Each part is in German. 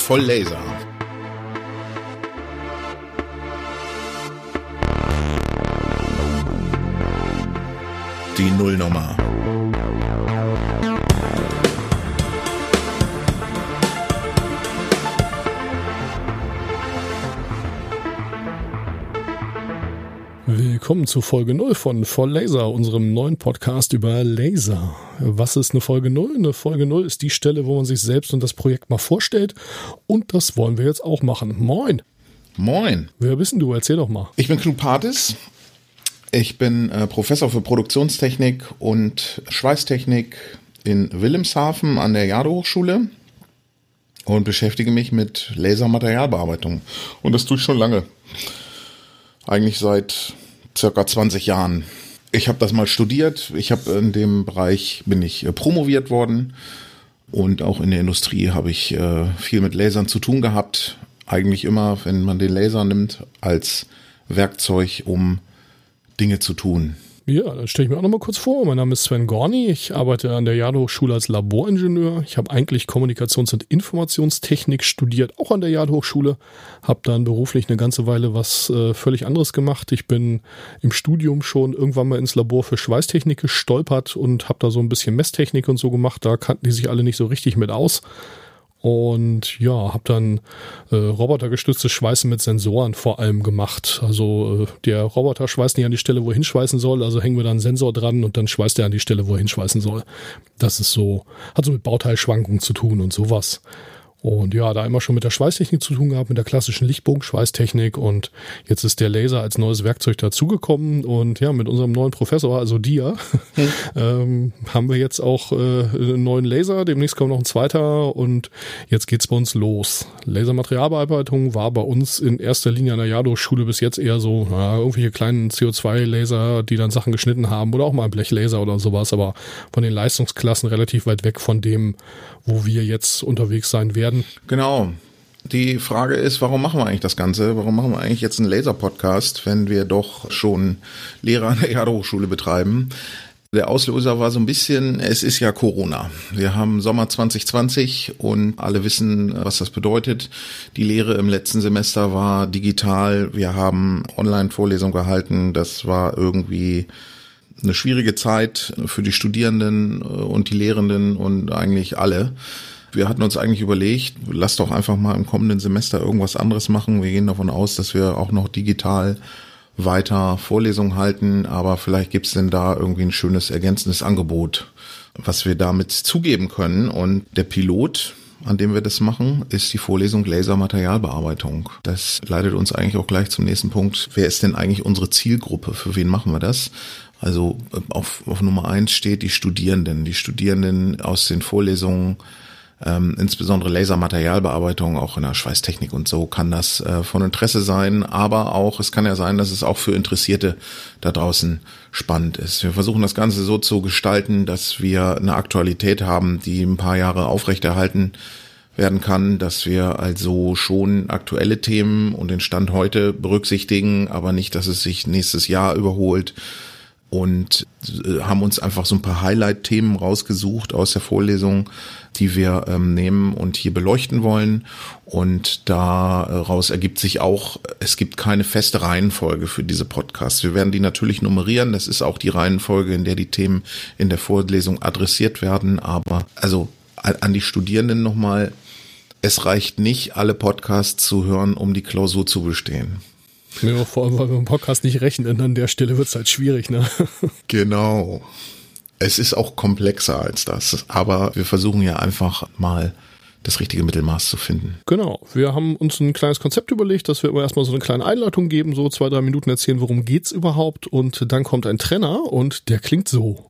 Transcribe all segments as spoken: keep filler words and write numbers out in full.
Volllaser. Die Nullnummer. Willkommen zu Folge null von Volllaser, unserem neuen Podcast über Laser. Was ist eine Folge null? Eine Folge null ist die Stelle, wo man sich selbst und das Projekt mal vorstellt. Und das wollen wir jetzt auch machen. Moin. Moin. Wer bist denn du? Erzähl doch mal. Ich bin Knut Partis. Ich bin äh, Professor für Produktionstechnik und Schweißtechnik in Wilhelmshaven an der Jade-Hochschule und beschäftige mich mit Lasermaterialbearbeitung. Und das tue ich schon lange. Eigentlich seit circa zwanzig Jahren. Ich habe das mal studiert. Ich habe in dem Bereich, bin ich äh, promoviert worden. Und auch in der Industrie habe ich äh, viel mit Lasern zu tun gehabt. Eigentlich immer, wenn man den Laser nimmt, als Werkzeug, um Dinge zu tun. Ja, dann stelle ich mir auch noch mal kurz vor. Mein Name ist Sven Gorni. Ich arbeite an der Jade-Hochschule als Laboringenieur. Ich habe eigentlich Kommunikations- und Informationstechnik studiert, auch an der Jade-Hochschule. Habe dann beruflich eine ganze Weile was äh, völlig anderes gemacht. Ich bin im Studium schon irgendwann mal ins Labor für Schweißtechnik gestolpert und habe da so ein bisschen Messtechnik und so gemacht. Da kannten die sich alle nicht so richtig mit aus. Und ja, habe dann äh, robotergestütztes Schweißen mit Sensoren vor allem gemacht. Also äh, der Roboter schweißt nicht an die Stelle, wo er hinschweißen soll, also hängen wir da einen Sensor dran und dann schweißt er an die Stelle, wo er hinschweißen soll. Das ist so, hat so mit Bauteilschwankungen zu tun und sowas. Und ja, da immer schon mit der Schweißtechnik zu tun gehabt, mit der klassischen Lichtbogen-Schweißtechnik, und jetzt ist der Laser als neues Werkzeug dazugekommen und ja, mit unserem neuen Professor, also dir, hm. ähm, haben wir jetzt auch äh, einen neuen Laser, demnächst kommt noch ein zweiter und jetzt geht's bei uns los. Lasermaterialbearbeitung war bei uns in erster Linie an der Jade-Hochschule bis jetzt eher so, na, irgendwelche kleinen C O zwei Laser, die dann Sachen geschnitten haben oder auch mal ein Blechlaser oder sowas, aber von den Leistungsklassen relativ weit weg von dem, wo wir jetzt unterwegs sein werden. Genau. Die Frage ist, warum machen wir eigentlich das Ganze? Warum machen wir eigentlich jetzt einen Laser-Podcast, wenn wir doch schon Lehrer an der Jade-Hochschule betreiben? Der Auslöser war so ein bisschen, es ist ja Corona. Wir haben Sommer zwanzig zwanzig und alle wissen, was das bedeutet. Die Lehre im letzten Semester war digital. Wir haben Online-Vorlesungen gehalten. Das war irgendwie eine schwierige Zeit für die Studierenden und die Lehrenden und eigentlich alle. Wir hatten uns eigentlich überlegt, lass doch einfach mal im kommenden Semester irgendwas anderes machen. Wir gehen davon aus, dass wir auch noch digital weiter Vorlesungen halten, aber vielleicht gibt es denn da irgendwie ein schönes ergänzendes Angebot, was wir damit zugeben können. Und der Pilot, an dem wir das machen, ist die Vorlesung Lasermaterialbearbeitung. Das leitet uns eigentlich auch gleich zum nächsten Punkt. Wer ist denn eigentlich unsere Zielgruppe? Für wen machen wir das? Also auf, auf Nummer eins steht die Studierenden. Die Studierenden aus den Vorlesungen, ähm, insbesondere Lasermaterialbearbeitung, auch in der Schweißtechnik und so, kann das äh, von Interesse sein. Aber auch, es kann ja sein, dass es auch für Interessierte da draußen spannend ist. Wir versuchen das Ganze so zu gestalten, dass wir eine Aktualität haben, die ein paar Jahre aufrechterhalten werden kann, dass wir also schon aktuelle Themen und den Stand heute berücksichtigen, aber nicht, dass es sich nächstes Jahr überholt. Und haben uns einfach so ein paar Highlight-Themen rausgesucht aus der Vorlesung, die wir ähm, nehmen und hier beleuchten wollen. Und daraus ergibt sich auch, es gibt keine feste Reihenfolge für diese Podcasts. Wir werden die natürlich nummerieren. Das ist auch die Reihenfolge, in der die Themen in der Vorlesung adressiert werden. Aber also an die Studierenden nochmal, es reicht nicht, alle Podcasts zu hören, um die Klausur zu bestehen. Ja, vor allem, weil wir im Podcast nicht rechnen, an der Stelle wird es halt schwierig, ne? Genau. Es ist auch komplexer als das, aber wir versuchen ja einfach mal das richtige Mittelmaß zu finden. Genau. Wir haben uns ein kleines Konzept überlegt, dass wir immer erstmal so eine kleine Einleitung geben, so zwei, drei Minuten erzählen, worum geht's überhaupt, und dann kommt ein Trenner und der klingt so.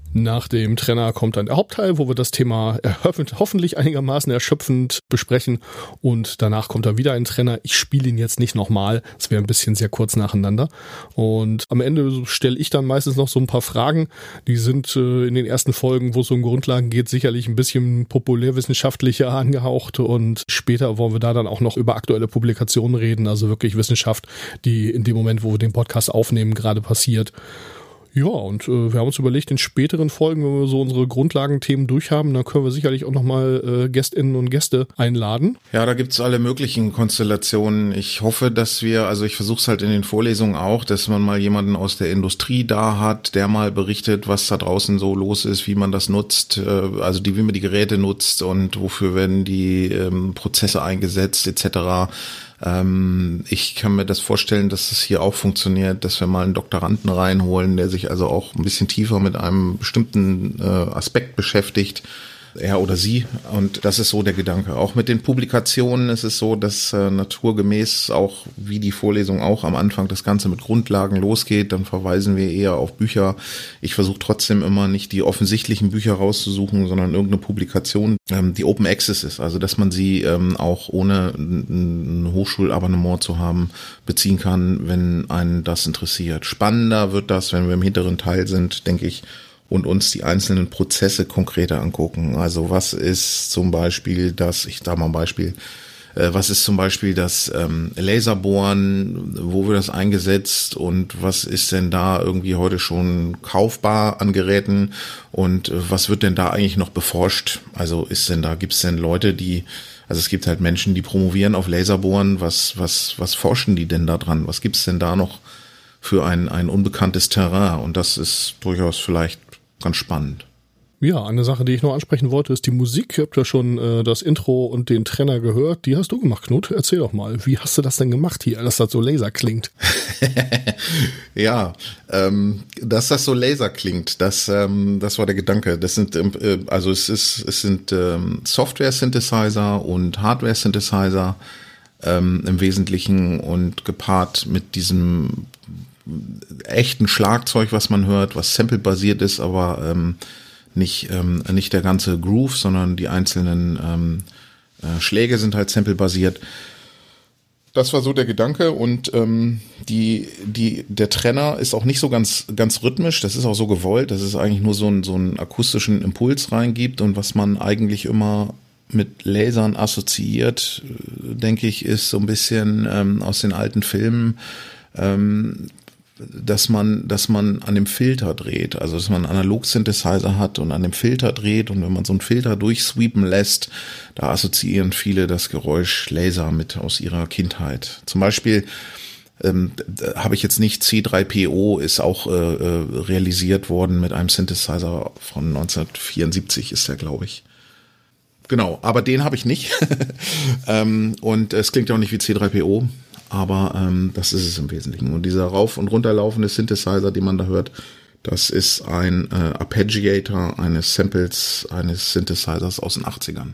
Nach dem Trenner kommt dann der Hauptteil, wo wir das Thema hoffentlich einigermaßen erschöpfend besprechen und danach kommt dann wieder ein Trenner. Ich spiele ihn jetzt nicht nochmal, es wäre ein bisschen sehr kurz nacheinander und am Ende stelle ich dann meistens noch so ein paar Fragen, die sind äh, in den ersten Folgen, wo es um Grundlagen geht, sicherlich ein bisschen populärwissenschaftlicher angehaucht und später wollen wir da dann auch noch über aktuelle Publikationen reden, also wirklich Wissenschaft, die in dem Moment, wo wir den Podcast aufnehmen, gerade passiert. Ja, und äh, wir haben uns überlegt, in späteren Folgen, wenn wir so unsere Grundlagenthemen durchhaben, dann können wir sicherlich auch nochmal äh, Gästinnen und Gäste einladen. Ja, da gibt's alle möglichen Konstellationen. Ich hoffe, dass wir, also ich versuche es halt in den Vorlesungen auch, dass man mal jemanden aus der Industrie da hat, der mal berichtet, was da draußen so los ist, wie man das nutzt, äh, also die, wie man die Geräte nutzt und wofür werden die ähm, Prozesse eingesetzt et cetera. Ähm, ich kann mir das vorstellen, dass es hier auch funktioniert, dass wir mal einen Doktoranden reinholen, der sich also auch ein bisschen tiefer mit einem bestimmten äh, Aspekt beschäftigt, er oder sie. Und das ist so der Gedanke. Auch mit den Publikationen ist es so, dass äh, naturgemäß auch, wie die Vorlesung auch am Anfang das Ganze mit Grundlagen losgeht, dann verweisen wir eher auf Bücher. Ich versuche trotzdem immer nicht die offensichtlichen Bücher rauszusuchen, sondern irgendeine Publikation, ähm, die Open Access ist. Also dass man sie ähm, auch ohne ein, ein Hochschulabonnement zu haben beziehen kann, wenn einen das interessiert. Spannender wird das, wenn wir im hinteren Teil sind, denke ich, und uns die einzelnen Prozesse konkreter angucken. Also was ist zum Beispiel das, ich sage mal ein Beispiel, äh, was ist zum Beispiel das ähm, Laserbohren, wo wird das eingesetzt und was ist denn da irgendwie heute schon kaufbar an Geräten und äh, was wird denn da eigentlich noch beforscht? Also ist denn da, gibt's denn Leute, die, also es gibt halt Menschen, die promovieren auf Laserbohren, was, was, was forschen die denn da dran? Was gibt's denn da noch für ein, ein unbekanntes Terrain? Und das ist durchaus vielleicht ganz spannend. Ja, eine Sache, die ich noch ansprechen wollte, ist die Musik. Ihr habt ja schon äh, das Intro und den Trenner gehört. Die hast du gemacht, Knut. Erzähl doch mal, wie hast du das denn gemacht hier, dass das so laser klingt? Ja, ähm, dass das so laser klingt, das, ähm, das war der Gedanke. Das sind, äh, also es ist, es sind ähm, Software-Synthesizer und Hardware-Synthesizer ähm, im Wesentlichen und gepaart mit diesem echten Schlagzeug, was man hört, was sample-basiert ist, aber ähm, nicht ähm, nicht der ganze Groove, sondern die einzelnen ähm, äh, Schläge sind halt sample-basiert. Das war so der Gedanke und ähm, die die der Trenner ist auch nicht so ganz ganz rhythmisch. Das ist auch so gewollt, dass es eigentlich nur so einen so einen akustischen Impuls reingibt und was man eigentlich immer mit Lasern assoziiert, denke ich, ist so ein bisschen ähm, aus den alten Filmen. Ähm, dass man, dass man an dem Filter dreht, also dass man einen Analog-Synthesizer hat und an dem Filter dreht und wenn man so einen Filter durchsweepen lässt, da assoziieren viele das Geräusch Laser mit aus ihrer Kindheit. Zum Beispiel ähm, habe ich jetzt nicht C drei P O, ist auch äh, realisiert worden mit einem Synthesizer von neunzehnhundertvierundsiebzig ist der, glaube ich. Genau, aber den habe ich nicht ähm, und es klingt ja auch nicht wie C drei P O. Aber ähm, das ist es im Wesentlichen. Und dieser rauf- und runterlaufende Synthesizer, den man da hört, das ist ein äh, Arpeggiator eines Samples eines Synthesizers aus den achtzigern.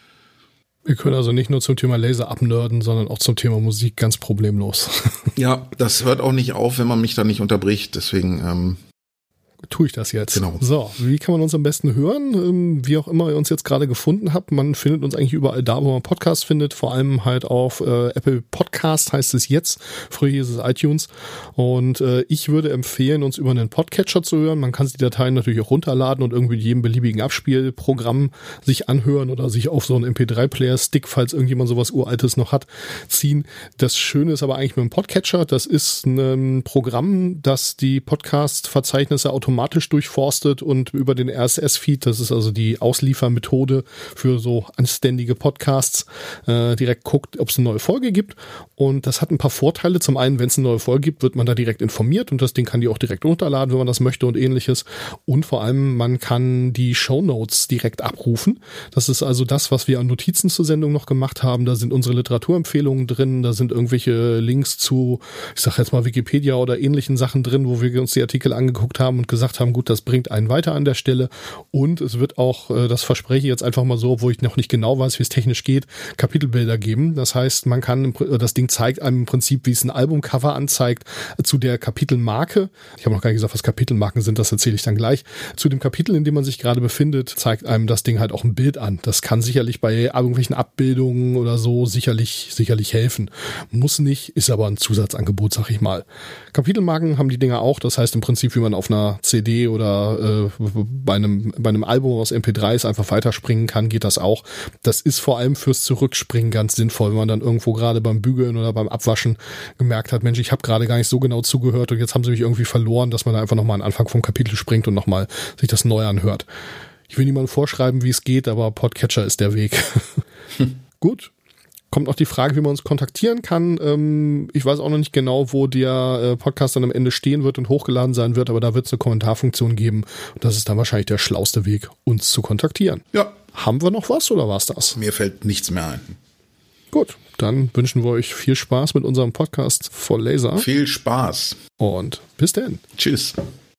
Wir können also nicht nur zum Thema Laser abnörden, sondern auch zum Thema Musik ganz problemlos. Ja, das hört auch nicht auf, wenn man mich da nicht unterbricht. Deswegen ähm, tue ich das jetzt. Genau. So, wie kann man uns am besten hören? Wie auch immer ihr uns jetzt gerade gefunden habt. Man findet uns eigentlich überall da, wo man Podcasts findet. Vor allem halt auf äh, Apple Podcast heißt es jetzt. Früher hieß es iTunes. Und äh, ich würde empfehlen, uns über einen Podcatcher zu hören. Man kann sich die Dateien natürlich auch runterladen und irgendwie jedem beliebigen Abspielprogramm sich anhören oder sich auf so einen M P drei Player Stick, falls irgendjemand sowas Uraltes noch hat, ziehen. Das Schöne ist aber eigentlich mit dem Podcatcher. Das ist ein Programm, das die Podcast-Verzeichnisse automatisch automatisch durchforstet und über den R S S-Feed, das ist also die Ausliefermethode für so anständige Podcasts, äh, direkt guckt, ob es eine neue Folge gibt. Und das hat ein paar Vorteile. Zum einen, wenn es eine neue Folge gibt, wird man da direkt informiert und das Ding kann die auch direkt runterladen, wenn man das möchte und ähnliches. Und vor allem, man kann die Shownotes direkt abrufen. Das ist also das, was wir an Notizen zur Sendung noch gemacht haben. Da sind unsere Literaturempfehlungen drin, da sind irgendwelche Links zu, ich sag jetzt mal Wikipedia oder ähnlichen Sachen drin, wo wir uns die Artikel angeguckt haben und gesagt gesagt haben, gut, das bringt einen weiter an der Stelle und es wird auch, das verspreche ich jetzt einfach mal so, obwohl ich noch nicht genau weiß, wie es technisch geht, Kapitelbilder geben. Das heißt, man kann, das Ding zeigt einem im Prinzip, wie es ein Albumcover anzeigt, zu der Kapitelmarke. Ich habe noch gar nicht gesagt, was Kapitelmarken sind, das erzähle ich dann gleich. Zu dem Kapitel, in dem man sich gerade befindet, zeigt einem das Ding halt auch ein Bild an. Das kann sicherlich bei irgendwelchen Abbildungen oder so sicherlich, sicherlich helfen. Muss nicht, ist aber ein Zusatzangebot, sag ich mal. Kapitelmarken haben die Dinger auch, das heißt im Prinzip, wie man auf einer C D oder äh, bei einem bei einem Album aus M P drei s einfach weiterspringen kann, geht das auch. Das ist vor allem fürs Zurückspringen ganz sinnvoll, wenn man dann irgendwo gerade beim Bügeln oder beim Abwaschen gemerkt hat, Mensch, ich habe gerade gar nicht so genau zugehört und jetzt haben sie mich irgendwie verloren, dass man da einfach nochmal an den Anfang vom Kapitel springt und nochmal sich das neu anhört. Ich will niemandem vorschreiben, wie es geht, aber Podcatcher ist der Weg. Hm. Gut. Kommt noch die Frage, wie man uns kontaktieren kann. Ähm, ich weiß auch noch nicht genau, wo der äh, Podcast dann am Ende stehen wird und hochgeladen sein wird, aber da wird es eine Kommentarfunktion geben. Und das ist dann wahrscheinlich der schlauste Weg, uns zu kontaktieren. Ja. Haben wir noch was oder war's das? Mir fällt nichts mehr ein. Gut, dann wünschen wir euch viel Spaß mit unserem Podcast voll Laser. Viel Spaß. Und bis dann. Tschüss.